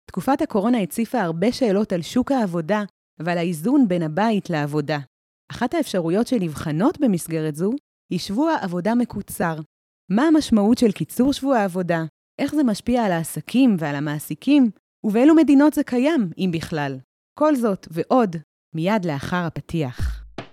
תקופת הקורונה הציפה הרבה שאלות על שוק העבודה ועל האיזון בין הבית לעבודה. אחת האפשרויות שנבחנות במסגרת זו היא שבוע עבודה מקוצר. מה המשמעות של קיצור שבוע העבודה? איך זה משפיע על העסקים ועל המעסיקים? ובאילו מדינות זה קיים, אם בכלל? כל זאת ועוד, מיד לאחר הפתיח.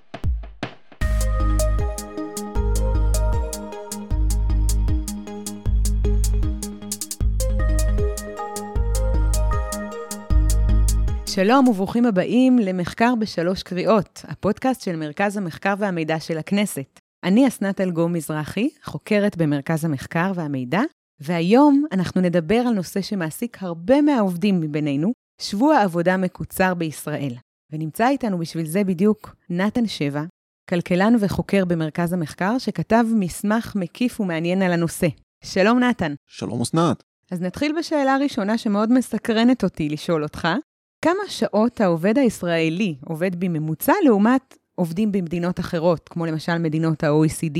שלום וברוכים הבאים למחקר בשלוש קריאות, הפודקאסט של מרכז המחקר והמידע של הכנסת. אני אסנת אלגום מזרחי, חוקרת במרכז המחקר והמידע, והיום אנחנו נדבר על נושא שמעסיק הרבה מהעובדים מבינינו, שבוע עבודה מקוצר בישראל. ונמצא איתנו בשביל זה בדיוק נתן שבע, כלכלן וחוקר במרכז המחקר, שכתב מסמך מקיף ומעניין על הנושא. שלום נתן. שלום אסנת. אז נתחיל בשאלה הראשונה שמאוד מסקרנת אותי לשאול אותך. כמה שעות העובד הישראלי עובד בממוצע לעומת עובדים במדינות אחרות, כמו למשל מדינות ה-OECD?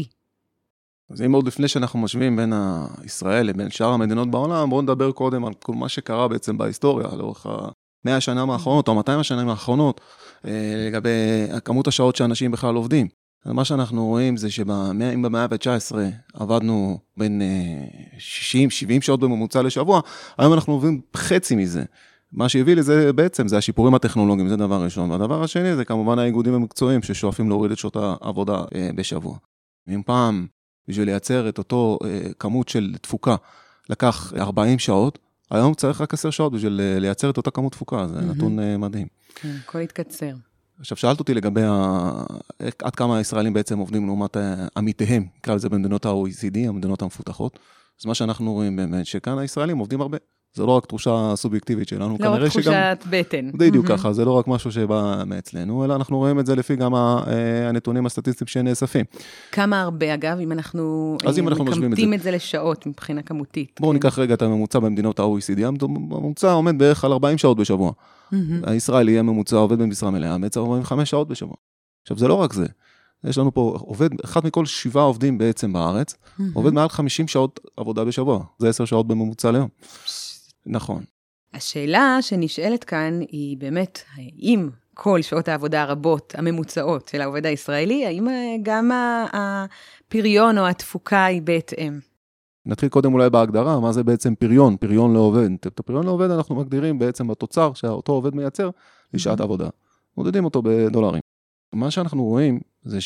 אז אם עוד לפני שאנחנו משווים בין ישראל לבין שאר המדינות בעולם, בואו נדבר קודם על כל מה שקרה בעצם בהיסטוריה, לאורך 100 השנים האחרונות או 200 השנים האחרונות, לגבי כמות השעות שאנשים בכלל עובדים. אז מה שאנחנו רואים זה אם במאה ה-19 עבדנו בין 60-70 שעות בממוצע לשבוע, היום אנחנו עובדים חצי מזה. מה שהביא לזה בעצם זה השיפורים הטכנולוגיים, זה דבר ראשון. והדבר השני זה כמובן האיגודים המקצועיים ששואפים להוריד את שעות העבודה בשבוע. אם פעם בשביל לייצר את אותו כמות של תפוקה לקח 40 שעות, היום צריך רק 10 שעות בשביל לייצר את אותה כמות תפוקה, זה נתון מדהים. הכל יתקצר. עכשיו שאלת אותי לגבי עד כמה הישראלים בעצם עובדים לעומת עמיתיהם, נקרא לזה במדינות ה-OECD, המדינות המפותחות. אז מה שאנחנו רואים באמת שכאן הישראלים עובדים הרבה. זה לא רק תחושה סובייקטיבית שלנו. לא רק תחושת בטן. בדיוק ככה, זה לא רק משהו שבא מאצלנו, אלא אנחנו רואים את זה לפי גם הנתונים הסטטיסטיים שנאספים. כמה הרבה, אגב, אם אנחנו מקמתים את זה לשעות מבחינה כמותית. בואו ניקח רגע את הממוצע במדינות ה-OECD, הממוצע עומד בערך על 40 שעות בשבוע. הישראלי הממוצע עובד במשרה מלאה, בעצם 45 שעות בשבוע. עכשיו, זה לא רק זה. יש לנו פה עובד, אחד מכל 7 עובדים בעצם בארץ, עובד מעל 50 שעות עבודה בשבוע. זה 10 שעות בממוצע ליום. נכון. השאלה שנשאלת כאן היא באמת, האם כל שעות העבודה הרבות, הממוצעות של העובד הישראלי, האם גם הפריון או התפוקה היא בהתאם? נתחיל קודם אולי בהגדרה, מה זה בעצם פריון, פריון לעובד. את הפריון לעובד אנחנו מגדירים בעצם בתוצר שאותו עובד מייצר לשעת עבודה. מודדים אותו בדולרים. מה שאנחנו רואים זה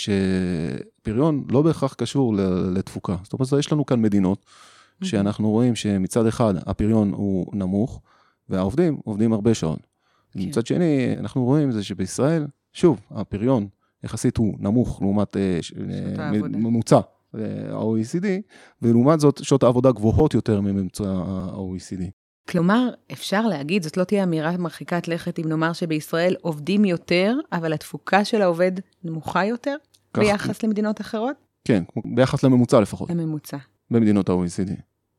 שפריון לא בהכרח קשור לתפוקה. זאת אומרת, יש לנו כאן מדינות, שאנחנו רואים שמצד אחד הפריון הוא נמוך, והעובדים עובדים הרבה שעות. כן. מצד שני, אנחנו רואים זה שבישראל, שוב, הפריון יחסית הוא נמוך, לעומת ממוצע ה-OECD, ולעומת זאת, שעות העבודה גבוהות יותר ממוצע ה-OECD. כלומר, אפשר להגיד, זאת לא תהיה אמירה מרחיקת לכת, אם נאמר שבישראל עובדים יותר, אבל התפוקה של העובד נמוכה יותר, ביחס למדינות אחרות? כן, ביחס לממוצע לפחות. לממוצע. במדינות ה-OECD.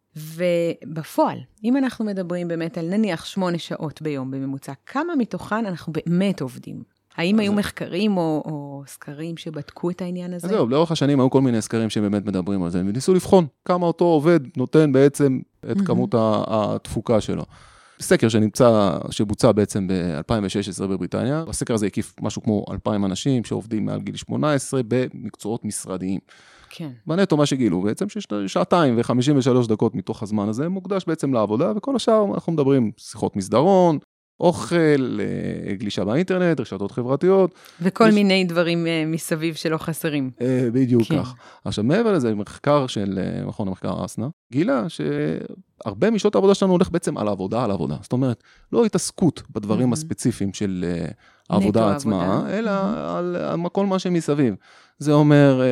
ובפועל, אם אנחנו מדברים באמת על נניח 8 שעות ביום בממוצע, כמה מתוכן אנחנו באמת עובדים? האם היו מחקרים או סקרים שבדקו את העניין הזה? אז זהו, לאורך השנים היו כל מיני סקרים שבאמת מדברים על זה, וניסו לבחון כמה אותו עובד נותן בעצם את כמות התפוקה שלו. סקר שבוצע בעצם ב-2016 בבריטניה, הסקר הזה הקיף משהו כמו 2,000 אנשים שעובדים מעל גיל 18 במקצועות משרדיים. כן. בנטו מה שגילו, בעצם שעתיים ו-53 דקות מתוך הזמן הזה מוקדש בעצם לעבודה, וכל השאר אנחנו מדברים שיחות מסדרון, אוכל, גלישה באינטרנט, רשתות חברתיות. וכל מיני דברים מסביב שלא חסרים. בדיוק כך. עכשיו מעבר לזה, מחקר של מכון המחקר אסנה, גילה שהרבה משעות העבודה שלנו הולך בעצם על העבודה, זאת אומרת, לא התעסקות בדברים הספציפיים של העבודה עצמה, אלא על כל מה שמסביב. זה אומר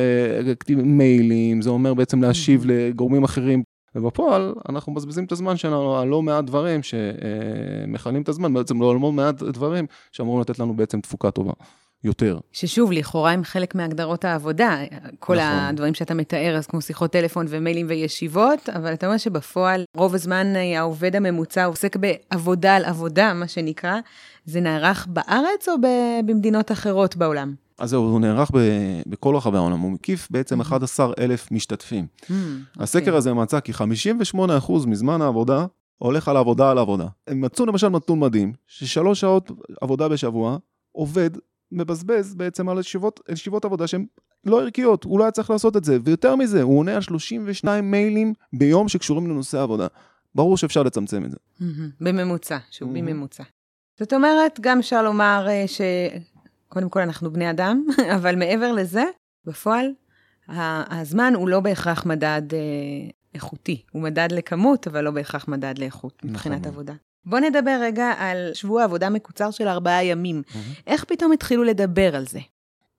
מיילים, זה אומר בעצם להשיב לגורמים אחרים, ובפועל אנחנו מבזבזים את הזמן שלנו על לא מעט דברים שמכנים את הזמן, בעצם לא מעט דברים שאמורים לתת לנו בעצם תפוקה טובה יותר. ששוב, לכאורה הם חלק מהגדרות העבודה, כל הדברים שאתה מתאר, אז כמו שיחות טלפון ומיילים וישיבות, אבל אתה אומר שבפועל רוב הזמן העובד הממוצע עוסק בעבודה על עבודה, מה שנקרא, זה נערך בארץ או במדינות אחרות בעולם? אז זהו, הוא נערך בכל רחבי העולם, הוא מקיף בעצם 11,000 משתתפים. הסקר הזה מצא כי 58% מזמן העבודה הולך על עבודה. הם מצאו למשל נתון מדהים, ש3 שעות עבודה בשבוע, עובד מבזבז בעצם על ישיבות עבודה שהן לא ערכיות, הוא לא היה צריך לעשות את זה, ויותר מזה, הוא עונה על 32 מיילים ביום שקשורים לנושא עבודה. ברור שאפשר לצמצם את זה. בממוצע, שהוא בממוצע. זאת אומרת, גם אפשר לומר שקודם כל אנחנו בני אדם, אבל מעבר לזה, בפועל, הזמן הוא לא בהכרח מדד איכותי, הוא מדד לכמות, אבל לא בהכרח מדד לאיכות מבחינת עבודה. בוא נדבר רגע על שבוע עבודה מקוצר של 4 ימים. איך פתאום התחילו לדבר על זה?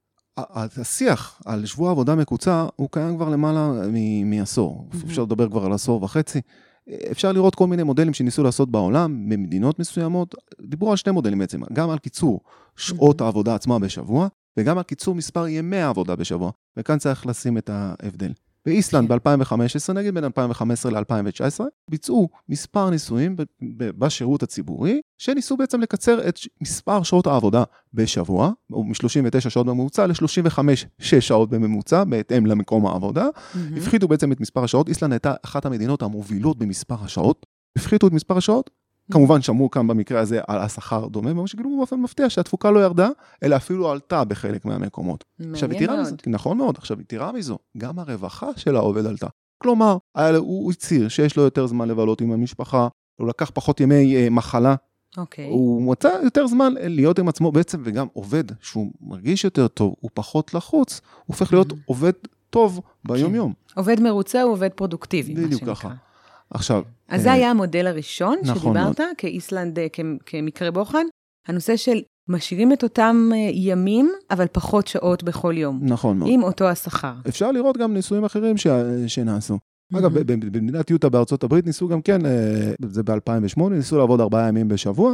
השיח על שבוע עבודה מקוצר הוא קיים כבר למעלה מעשור. אפשר לדבר כבר על 1.5 עשור. אפשר לראות כל מיני מודלים שניסו לעשות בעולם, במדינות מסוימות. דיברו על 2 מודלים בעצם, גם על קיצור שעות העבודה עצמה בשבוע, וגם על קיצור מספר ימי העבודה בשבוע. וכאן צריך לשים את ההבדל. באיסלנד ב-2015, נגיד בין 2015 ל-2019, ביצעו מספר ניסויים בשירות הציבורי, שניסו בעצם לקצר את מספר שעות העבודה בשבוע, או מ-39 שעות בממוצע ל-35-6 שעות בממוצע, בהתאם למקום העבודה. הפחיתו בעצם את מספר השעות. איסלנד הייתה אחת המדינות המובילות במספר השעות. הפחיתו את מספר השעות. כמובן שמעו כאן במקרה הזה על השכר דומה, ומה שגילו באופן מפתיע שהתפוקה לא ירדה, אלא אפילו עלתה בחלק מהמקומות. מעניין מאוד. נכון מאוד, עכשיו יתירה מזו, גם הרווחה של העובד עלתה. כלומר, הוא הצהיר שיש לו יותר זמן לבלות עם המשפחה, הוא לקח פחות ימי מחלה, הוא מצא יותר זמן להיות עם עצמו בעצם, וגם עובד שהוא מרגיש יותר טוב, הוא פחות לחוץ, הוא הופך להיות עובד טוב ביום יום. עובד מרוצה הוא עובד פרודוקטיבי, מה בדיוק ככה. עכשיו, אז זה היה המודל הראשון שדיברת, כאיסלנד, כמקרה בוחן, הנושא של משאירים את אותם ימים, אבל פחות שעות בכל יום. נכון מאוד. עם אותו השכר. אפשר לראות גם ניסויים אחרים שנעשו. אגב, במדינת יוטה בארצות הברית ניסו גם כן, זה ב-2008, ניסו לעבוד 4 ימים בשבוע,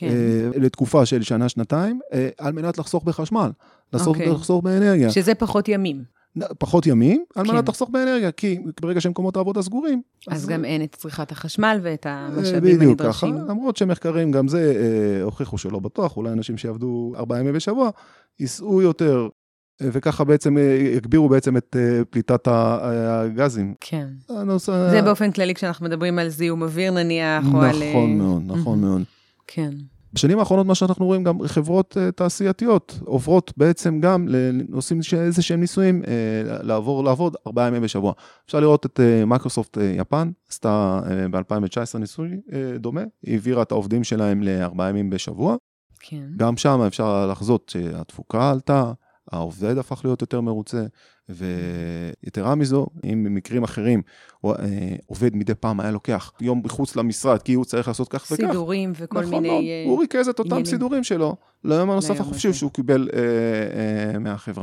לתקופה של שנה-שנתיים, על מנת לחסוך בחשמל, לחסוך באנרגיה. שזה פחות ימים. פחות ימים, על מנת לחסוך באנרגיה, כי ברגע שמקומות העבודה סגורים. אז גם אין את צריכת החשמל ואת המשאבים הנדרשים. בדיוק ככה, למרות שמחקרים גם זה הוכיחו שלא בטוח, אולי אנשים שיעבדו 4 ימים בשבוע, ייסעו יותר, וככה בעצם יגבירו בעצם את פליטת הגזים. כן. זה באופן כללי כשאנחנו מדברים על זיהום אוויר נניח, או על... נכון מאוד, נכון מאוד. כן. בשנים האחרונות מה שאנחנו רואים גם חברות תעשייתיות עוברות בעצם גם עושים איזה שהם ניסויים לעבוד 4 ימים בשבוע. אפשר לראות את מייקרוסופט יפן, עשתה ב-2019 ניסוי דומה, היא העבירה את העובדים שלהם ל4 ימים בשבוע. כן. גם שם אפשר לחזות שהתפוקה עלתה, העובד הפך להיות יותר מרוצה, ויתרה מזו, אם במקרים אחרים, עובד מדי פעם היה לוקח יום בחוץ למשרד, כי הוא צריך לעשות כך וכך. סידורים וכל מיני... נכון, הוא ריכז את אותם סידורים שלו, ליום הנוסף החופשי שהוא קיבל מהחברה.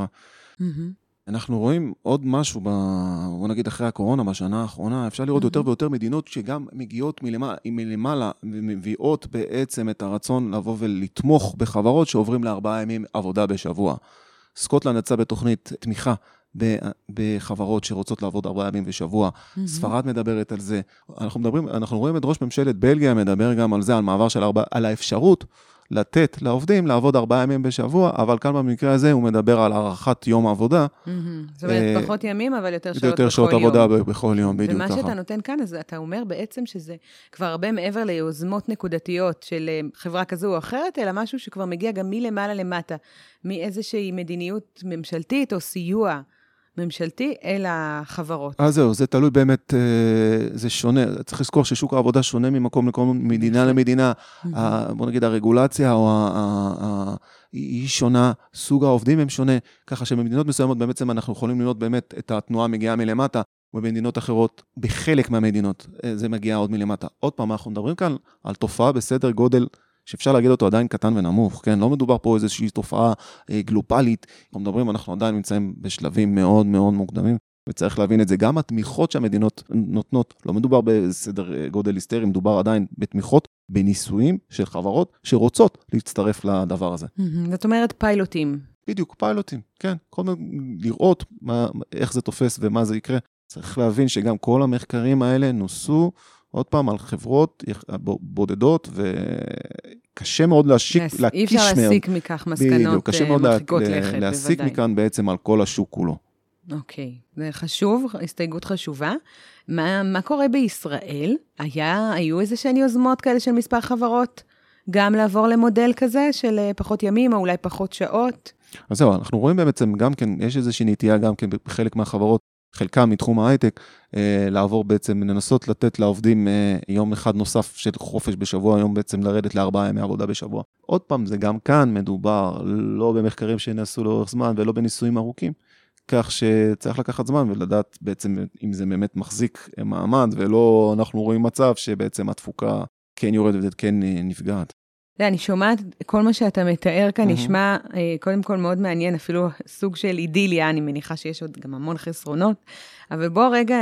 אנחנו רואים עוד משהו, בוא נגיד אחרי הקורונה, בשנה האחרונה, אפשר לראות יותר ויותר מדינות שגם מגיעות מלמעלה, ומביאות בעצם את הרצון לבוא ולתמוך בחברות שעוברים ל4 ימים עבודה בשבוע. סקוטלנד יצא בתוכנית תמיכה בחברות שרוצות לעבוד 4 ימים בשבוע. ספרד מדברת על זה. אנחנו רואים את ראש ממשלת בלגיה מדבר גם על זה, על מעבר של על האפשרות לתת לעובדים לעבוד 4 ימים בשבוע, אבל כאן במקרה הזה הוא מדבר על הארכת יום עבודה. זאת אומרת, פחות ימים, אבל יותר שעות בכל יום. יותר שעות עבודה בכל יום, בדיוק ככה. ומה שאתה נותן כאן, אז אתה אומר בעצם שזה כבר הרבה מעבר ליוזמות נקודתיות של חברה כזו או אחרת, אלא משהו שכבר מגיע גם מלמעלה למטה, מאיזושהי מדיניות ממשלתית או סיוע ממשלתי אל החברות. אז זהו, זה תלוי באמת, זה שונה, צריך לזכור ששוק העבודה שונה ממקום למקום, מדינה למדינה, בוא נגיד הרגולציה היא שונה, סוג העובדים הם שונה, ככה שבמדינות מסוימות בעצם אנחנו יכולים לראות באמת את התנועה מגיעה מלמטה, ובמדינות אחרות, בחלק מהמדינות, זה מגיע עוד מלמטה. עוד פעם, אנחנו מדברים כאן על תופעה בסדר גודל, שאפשר להגיד אותו עדיין קטן ונמוך, כן? לא מדובר פה איזושהי תופעה גלובלית, אנחנו עדיין נמצאים בשלבים מאוד מאוד מוקדמים, וצריך להבין את זה, גם התמיכות שהמדינות נותנות, לא מדובר בסדר גודל היסטרי, מדובר עדיין בתמיכות, בניסויים של חברות שרוצות להצטרף לדבר הזה. זאת אומרת פיילוטים. בדיוק, פיילוטים, כן. כל מיני לראות איך זה תופס ומה זה יקרה. צריך להבין שגם כל המחקרים האלה נוסו, עוד פעם, על חברות בודדות, וקשה מאוד להקיש אי אפשר להסיק מכך מסקנות מרחיקות לכת, להסיק מכאן בעצם על כל השוק כולו. אוקיי, זה חשוב, הסתייגות חשובה. מה קורה בישראל? היו איזה שהן יוזמות כאלה של מספר חברות, גם לעבור למודל כזה של פחות ימים, או אולי פחות שעות? אז זהו, אנחנו רואים בעצם גם כן, יש איזושהי נטייה גם כן בחלק מהחברות, חלקם מתחום ההייטק, לעבור בעצם, לנסות לתת לעובדים יום אחד נוסף של חופש בשבוע, יום בעצם לרדת ל4 ימי עבודה בשבוע. עוד פעם, זה גם כאן מדובר, לא במחקרים שנעשו לאורך זמן, ולא בניסויים ארוכים, כך שצריך לקחת זמן ולדעת בעצם אם זה באמת מחזיק מעמד, ולא אנחנו רואים מצב שבעצם התפוקה כן יורדת וכן נפגעת. אני שומעת, כל מה שאתה מתאר כאן נשמע קודם כל מאוד מעניין, אפילו סוג של אידיליה, אני מניחה שיש עוד גם המון חסרונות, אבל בוא רגע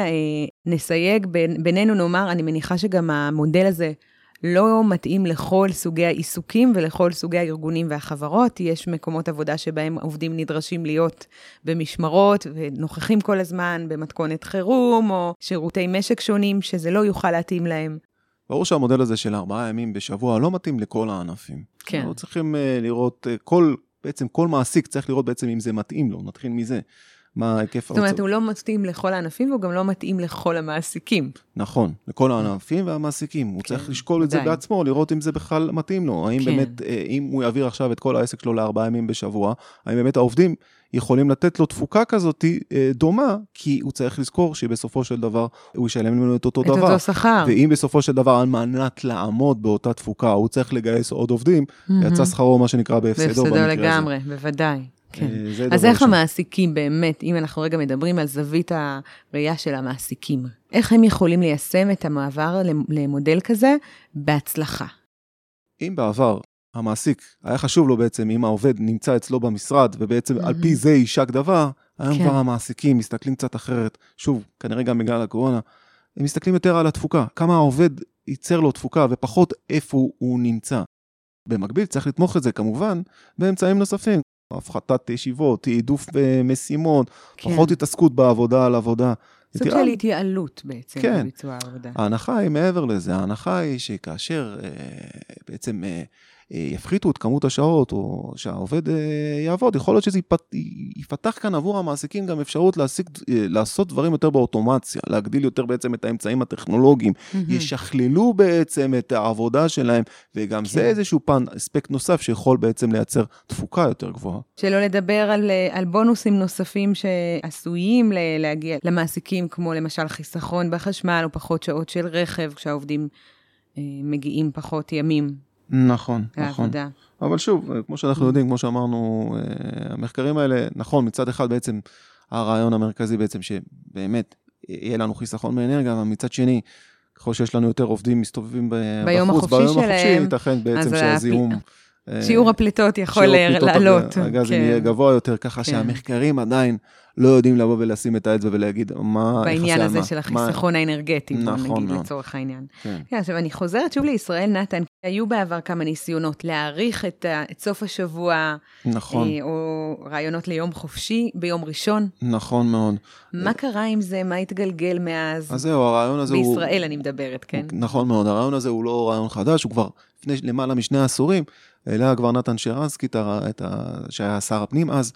נסייג בינינו נאמר, אני מניחה שגם המודל הזה לא מתאים לכל סוגי העיסוקים ולכל סוגי הארגונים והחברות, יש מקומות עבודה שבהם עובדים נדרשים להיות במשמרות ונוכחים כל הזמן במתכונת חירום או שירותי משק שונים שזה לא יוכל להתאים להם. ברור שהמודל הזה של 4 ימים בשבוע לא מתאים לכל הענפים. כן. אנחנו צריכים לראות, בעצם כל מעסיק צריך לראות בעצם אם זה מתאים לו, נתחיל מזה. מה היקף זאת אומרת, הוא לא מתאים לכל הענפים, והוא גם לא מתאים לכל המעסיקים. נכון, לכל הענפים והמעסיקים. הוא צריך לשקול את זה בעצמו, לראות אם זה בכלל מתאים לו. האם באמת, אם הוא יעביר עכשיו את כל העסק שלו ל4 ימים בשבוע, האם באמת העובדים יכולים לתת לו תפוקה כזאת דומה, כי הוא צריך לזכור שבסופו של דבר הוא ישלם לנו את אותו דבר. את אותו שכר. ואם בסופו של דבר על מנת לעמוד באותה תפוקה, הוא צריך לגייס עוד עובדים, יצא שכרו מה שנקרא בהפסדו במקרה הזה. בהפסדו לגמרי, בוודאי. כן. אז איך המעסיקים באמת, אם אנחנו רגע מדברים על זווית הראייה של המעסיקים, איך הם יכולים ליישם את המעבר למודל כזה בהצלחה? אם בעבר המעסיק היה חשוב לו בעצם אם העובד נמצא אצלו במשרד, ובעצם על פי זה יישק דבר, היום כבר המעסיקים מסתכלים קצת אחרת, שוב, כנראה גם בגלל הקורונה, הם מסתכלים יותר על התפוקה, כמה העובד ייצר לו תפוקה, ופחות איפה הוא נמצא. במקביל צריך לתמוך את זה כמובן, באמצעים נוספים. הפחתת ישיבות, תעדוף במשימות, פחות התעסקות בעבודה על עבודה. סוג של התייעלות בעצם בביצוע העבודה. ההנחה היא מעבר לזה, ההנחה היא שכאשר בעצם יפחיתו את כמות השעות, או שהעובד יעבוד, יכול להיות שזה יפתח כאן עבור המעסיקים גם אפשרות לעשות דברים יותר באוטומציה, להגדיל יותר בעצם את האמצעים הטכנולוגיים, ישכללו בעצם את העבודה שלהם, וגם זה איזשהו אספקט נוסף שיכול בעצם לייצר תפוקה יותר גבוהה. שלא לדבר על בונוסים נוספים שעשויים להגיע למעסיקים, כמו למשל חיסכון בחשמל, או פחות שעות של רכב, כשהעובדים מגיעים פחות ימים. נכון, נכון. לעבודה. אבל שוב, כמו שאנחנו יודעים, כמו שאמרנו, המחקרים האלה, נכון, מצד אחד בעצם, הרעיון המרכזי בעצם שבאמת יהיה לנו חיסכון באנרגיה, אבל מצד שני, ככל שיש לנו יותר עובדים מסתובבים ביום החופשי שלהם, ייתכן בעצם שהזיהום... שיעור הפליטות יכול לעלות. הגז יהיה גבוה יותר, ככה שהמחקרים עדיין לא יודעים לבוא ולשים את האצבע ולהגיד מה... בעניין הזה של החיסכון האנרגטי, נגיד לצורך העניין. עכשיו, אני חוזרת שוב לישראל, נתן, היו בעבר כמה ניסיונות להאריך את סוף השבוע, או רעיונות ליום חופשי ביום ראשון. נכון מאוד. מה קרה עם זה? מה התגלגל מאז? אז זהו, הרעיון הזה הוא... בישראל אני מדברת, כן? נכון מאוד, הרעיון הזה הוא לא רעיון חדש, הוא כבר לפני למעלה משני עשורים, העלה כבר נתן שרנסקי, שהיה שר הפנים אז,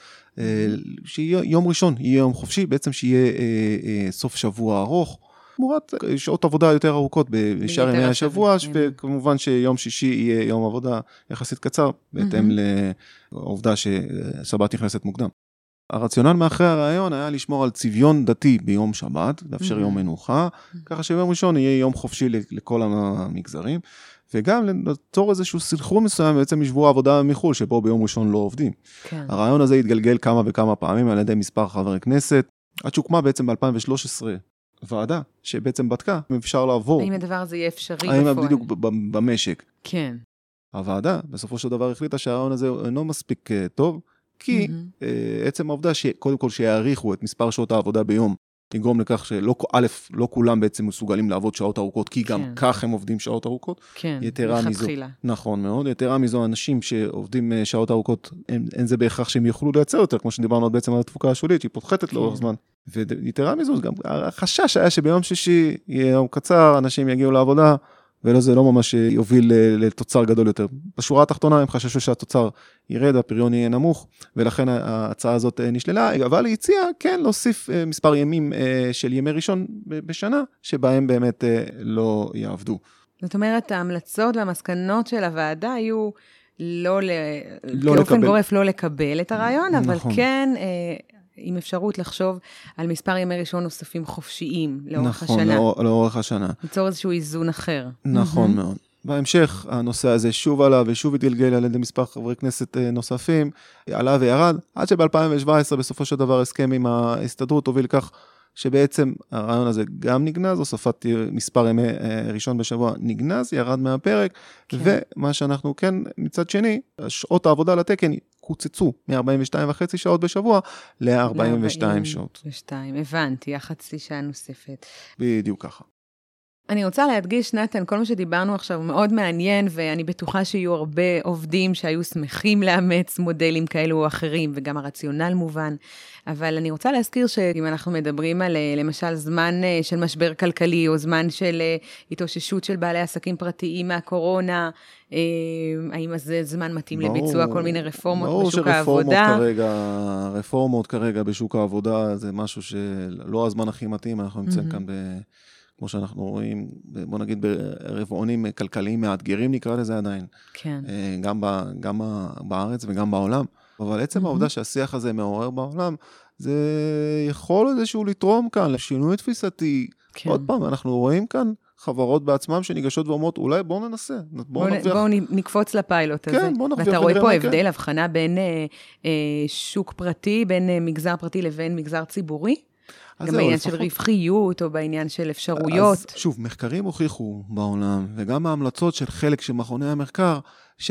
שיהיה יום ראשון, יהיה יום חופשי, בעצם שיהיה סוף שבוע ארוך, תמורת שעות עבודה יותר ארוכות בשאר ימי השבוע, וכמובן שיום שישי יהיה יום עבודה יחסית קצר, בהתאם לעובדה ששבת נכנסת מוקדם. הרציונל מאחרי הרעיון היה לשמור על צביון דתי ביום שבת, לאפשר יום מנוחה, ככה שביום ראשון יהיה יום חופשי לכל המגזרים, וגם ליצור איזשהו סנכרון מסוים בעצם משבוע העבודה מחול, שבו ביום ראשון לא עובדים. כן. הרעיון הזה התגלגל כמה וכמה פעמים על ידי מספר חברי כנסת, עד שהוקמה בעצם ב-2013 ועדה, שבעצם בדקה, אם אפשר לעבור. האם הדבר הזה יהיה אפשרי בפועל? האם בדיוק במשק. כן. הוועדה, בסופו של דבר החליטה שהרעיון הזה אינו מספיק טוב, כי עצם העובדה שקודם כל שיעריכו את מספר שעות העבודה ביום, יגרום לכך שלא, א', לא כולם בעצם מסוגלים לעבוד שעות ארוכות, כי גם כך הם עובדים שעות ארוכות. כן, לכתחילה. נכון מאוד, יתרה מזו, אנשים שעובדים שעות ארוכות, אין זה בהכרח שהם יוכלו לייצר יותר, כמו שדיברנו בעצם על התפוקה השולית, שהיא פותחת לאורך זמן. ויתרה מזו, גם החשש היה שביום שישי יהיה יום קצר, אנשים יגיעו לעבודה, וזה לא ממש יוביל לתוצר גדול יותר. בשורה התחתונה הם חששו שהתוצר ירד, הפריון יהיה נמוך, ולכן ההצעה הזאת נשללה, אבל היא הציעה כן להוסיף מספר ימים של ימי ראשון בשנה, שבהם באמת לא יעבדו. זאת אומרת, ההמלצות והמסקנות של הוועדה היו באופן גורף לא לקבל את הרעיון, אבל כן עם אפשרות לחשוב על מספר ימי ראשון נוספים חופשיים לאורך השנה. נכון, לאורך השנה. ליצור איזשהו איזון אחר. נכון מאוד. בהמשך, הנושא הזה שוב עלה ושוב התגלגל על ידי מספר חברי כנסת נוספים, עלה וירד, עד שב-2017 בסופו של דבר הסכם עם ההסתדרות הוביל לכך שבעצם הרעיון הזה גם נגנז, הוספת מספר ימי ראשון בשבוע נגנז, ירד מהפרק, כן. ומה שאנחנו כן, מצד שני, שעות העבודה לתקן קוצצו מ-42.5 שעות בשבוע ל-42 שעות. 42, הבנתי, החצי שעה נוספת. בדיוק ככה. אני רוצה להדגיש, נתן, כל מה שדיברנו עכשיו מאוד מעניין, ואני בטוחה שיהיו הרבה עובדים שהיו שמחים לאמץ מודלים כאלו או אחרים, וגם הרציונל מובן. אבל אני רוצה להזכיר שאם אנחנו מדברים על, למשל, זמן של משבר כלכלי, או זמן של התאוששות של בעלי עסקים פרטיים מהקורונה, האם זה זמן מתאים לביצוע כל מיני רפורמות בשוק העבודה? רפורמות כרגע בשוק העבודה זה משהו שלא הזמן הכי מתאים, אנחנו נמצאים כאן כמו שאנחנו רואים, בוא נגיד ברבעונים כלכליים מאתגרים נקרא לזה עדיין. כן. גם בארץ וגם בעולם. אבל עצם העובדה שהשיח הזה מעורר בעולם, זה יכול איזשהו לתרום כאן לשינוי תפיסתי. כן. עוד פעם, אנחנו רואים כאן חברות בעצמם שניגשות ואומרות, אולי בואו ננסה. בואו נקפוץ לפיילוט הזה. כן, בואו נרוויח. ואתה רואה פה הבדל, הבחנה בין שוק פרטי, בין מגזר פרטי לבין מגזר ציבורי? גם בעניין של רווחיות, או בעניין של אפשרויות. אז שוב, מחקרים הוכיחו בעולם, וגם ההמלצות של חלק של מכוני המחקר,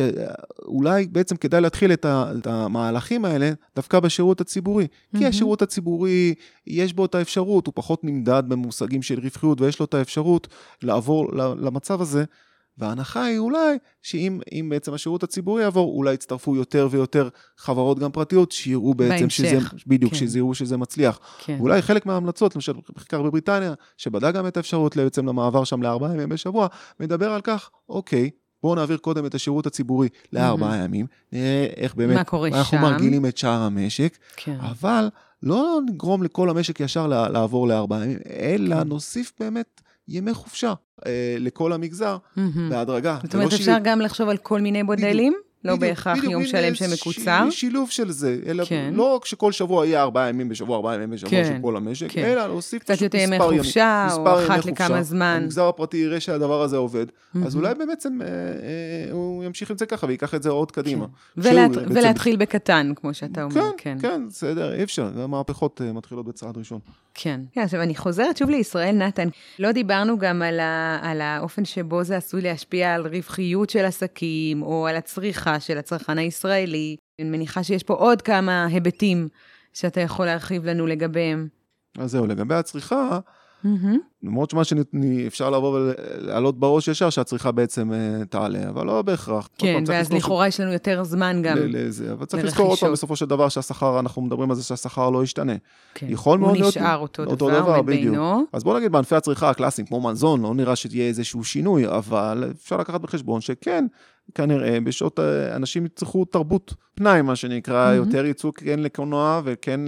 שאולי בעצם כדאי להתחיל את המהלכים האלה, דווקא בשירות הציבורי. כי השירות הציבורי, יש בו את האפשרות, הוא פחות נמדד במושגים של רווחיות, ויש לו את האפשרות לעבור למצב הזה, וההנחה היא אולי שאם בעצם השירות הציבורי יעבור, אולי יצטרפו יותר ויותר חברות גם פרטיות, שיראו בעצם שזה, בדיוק, שיראו שזה מצליח. ואולי חלק מההמלצות, למשל מחקר בבריטניה, שבדק גם את האפשרות בעצם למעבר שם ל4 ימים בשבוע, מדבר על כך, אוקיי, בואו נעביר קודם את השירות הציבורי ל4 ימים, נראה איך באמת אנחנו מרגילים את שאר המשק, אבל לא נגרום לכל המשק ישר לעבור ל4 ימים, אלא נוסיף באמת ימי חופשה לכל המגזר בהדרגה. זאת אומרת, אפשר גם לחשוב על כל מיני מודלים? לא בהכרח יום שלם שמקוצר? שילוב של זה, לא שכל שבוע יהיה 4 ימים בשבוע, 4 ימים בשבוע של כל המשק, אלא להוסיף קצת יותר ימי חופשה, או אחת לכמה זמן. המגזר הפרטי יראה שהדבר הזה עובד, אז אולי בעצם הוא ימשיך עם זה ככה, ויקח את זה עוד קדימה. ולהתחיל בקטן, כמו שאתה אומר. כן, בסדר, אי אפשר, המהפכות מתחילות בצעד ראשון. כן, עכשיו אני חוזרת שוב לישראל, נתן. לא דיברנו גם על האופן שבו זה עשוי להשפיע על רווחיות של עסקים, או על הצריכה של הצרכן הישראלי. אני מניחה שיש פה עוד כמה היבטים שאתה יכול להרחיב לנו לגביהם. אז זהו, לגבי הצריכה, למרות שמה שאפשר לבוא ולעלות בראש ישר, שהצריכה בעצם תעלה, אבל לא בהכרח. כן, ואז לכאורה יש לנו יותר זמן גם לרכישות. אבל צריך לזכור עוד פעם בסופו של דבר שהשכר, אנחנו מדברים על זה שהשכר לא ישתנה. יכול מאוד להיות... הוא נשאר אותו דבר מבינו. אז בוא נגיד, בענפי הצריכה הקלאסיים, כמו מזון, לא נראה שתהיה איזשהו שינוי, אבל אפשר לקחת בחשבון שכן, כנראה בשעות אנשים יצטרכו תרבות פנאי, מה שנקרא, יותר ייצוא כן לקולנוע וכן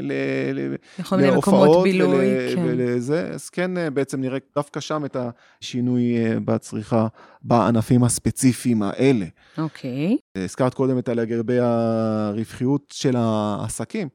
להופעות ולזה, אז כן בעצם נראה דווקא שם את השינוי בצריכה בענפים הספציפיים האלה. אוקיי. הזכרת קודם את לגבי הרווחיות של העסקים.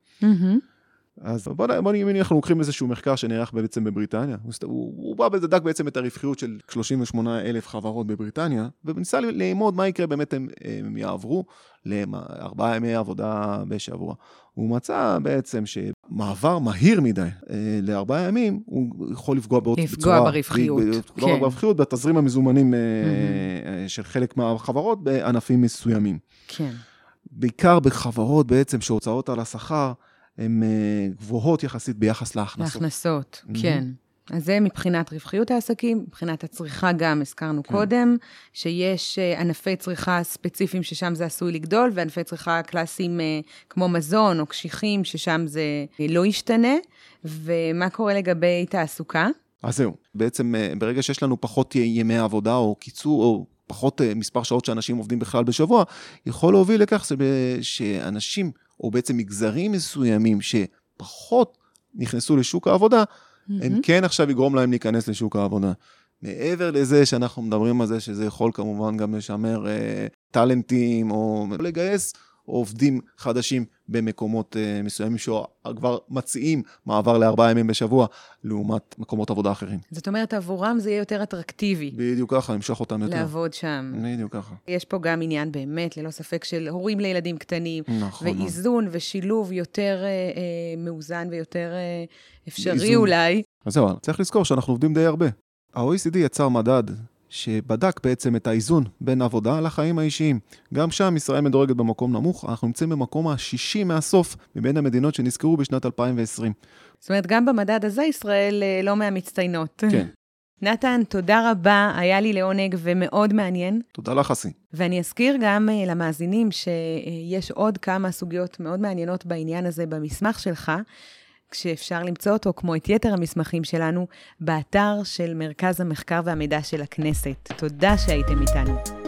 אז בוא נגיד, אנחנו לוקחים איזשהו מחקר שנערך בעצם בבריטניה, הוא בא בדק בעצם את הרווחיות של 38,000 חברות בבריטניה, וניסה ללמוד מה יקרה באמת הם יעברו ל4 ימי עבודה בשבוע. הוא מצא בעצם שמעבר מהיר מדי ל4 ימים, הוא יכול לפגוע ברווחיות. לפגוע ברווחיות, בתזרים המזומנים של חלק מהחברות בענפים מסוימים. כן. בעיקר בחברות בעצם שהוצאות על השכר, הן גבוהות יחסית ביחס להכנסות. כן. אז זה מבחינת רווחיות העסקים, מבחינת הצריכה גם הזכרנו קודם, שיש ענפי צריכה ספציפיים ששם זה עשוי לגדול, וענפי צריכה קלאסיים כמו מזון או קשיחים ששם זה לא ישתנה. ומה קורה לגבי תעסוקה? אז זהו, בעצם ברגע שיש לנו פחות ימי עבודה או קיצור, או פחות מספר שעות שאנשים עובדים בכלל בשבוע, יכול להוביל לכך שאנשים, או בעצם מגזרים מסוימים שפחות נכנסו לשוק העבודה, הם כן עכשיו יגרום להם להיכנס לשוק העבודה. מעבר לזה שאנחנו מדברים על זה, שזה יכול כמובן גם לשמר טלנטים, או לגייס עובדים חדשים במקומות מסוימים, שכבר מציעים מעבר ל4 ימים בשבוע, לעומת מקומות עבודה אחרים. זאת אומרת, עבורם זה יהיה יותר אטרקטיבי. בדיוק ככה, המשוך אותם יותר. לעבוד שם. בדיוק ככה. יש פה גם עניין באמת, ללא ספק, של הורים לילדים קטנים, נכון. ואיזון ושילוב יותר מאוזן ויותר אפשרי אולי. אז זהו, צריך לזכור שאנחנו עובדים די הרבה. ה-OECD יצר מדד שבדק בעצם את האיזון בין עבודה לחיים האישיים. גם שם ישראל מדורגת במקום נמוך, אנחנו נמצאים במקום ה-60 מהסוף, מבין המדינות שנזכרו בשנת 2020. זאת אומרת, גם במדד הזה ישראל לא מהמצטיינות. כן. נתן, תודה רבה, היה לי לעונג ומאוד מעניין. תודה לך, חסי. ואני אזכיר גם למאזינים שיש עוד כמה סוגיות מאוד מעניינות בעניין הזה במסמך שלך, כשאפשר למצוא אותו, כמו את יתר המסמכים שלנו, באתר של מרכז המחקר והמידע של הכנסת. תודה שהייתם איתנו.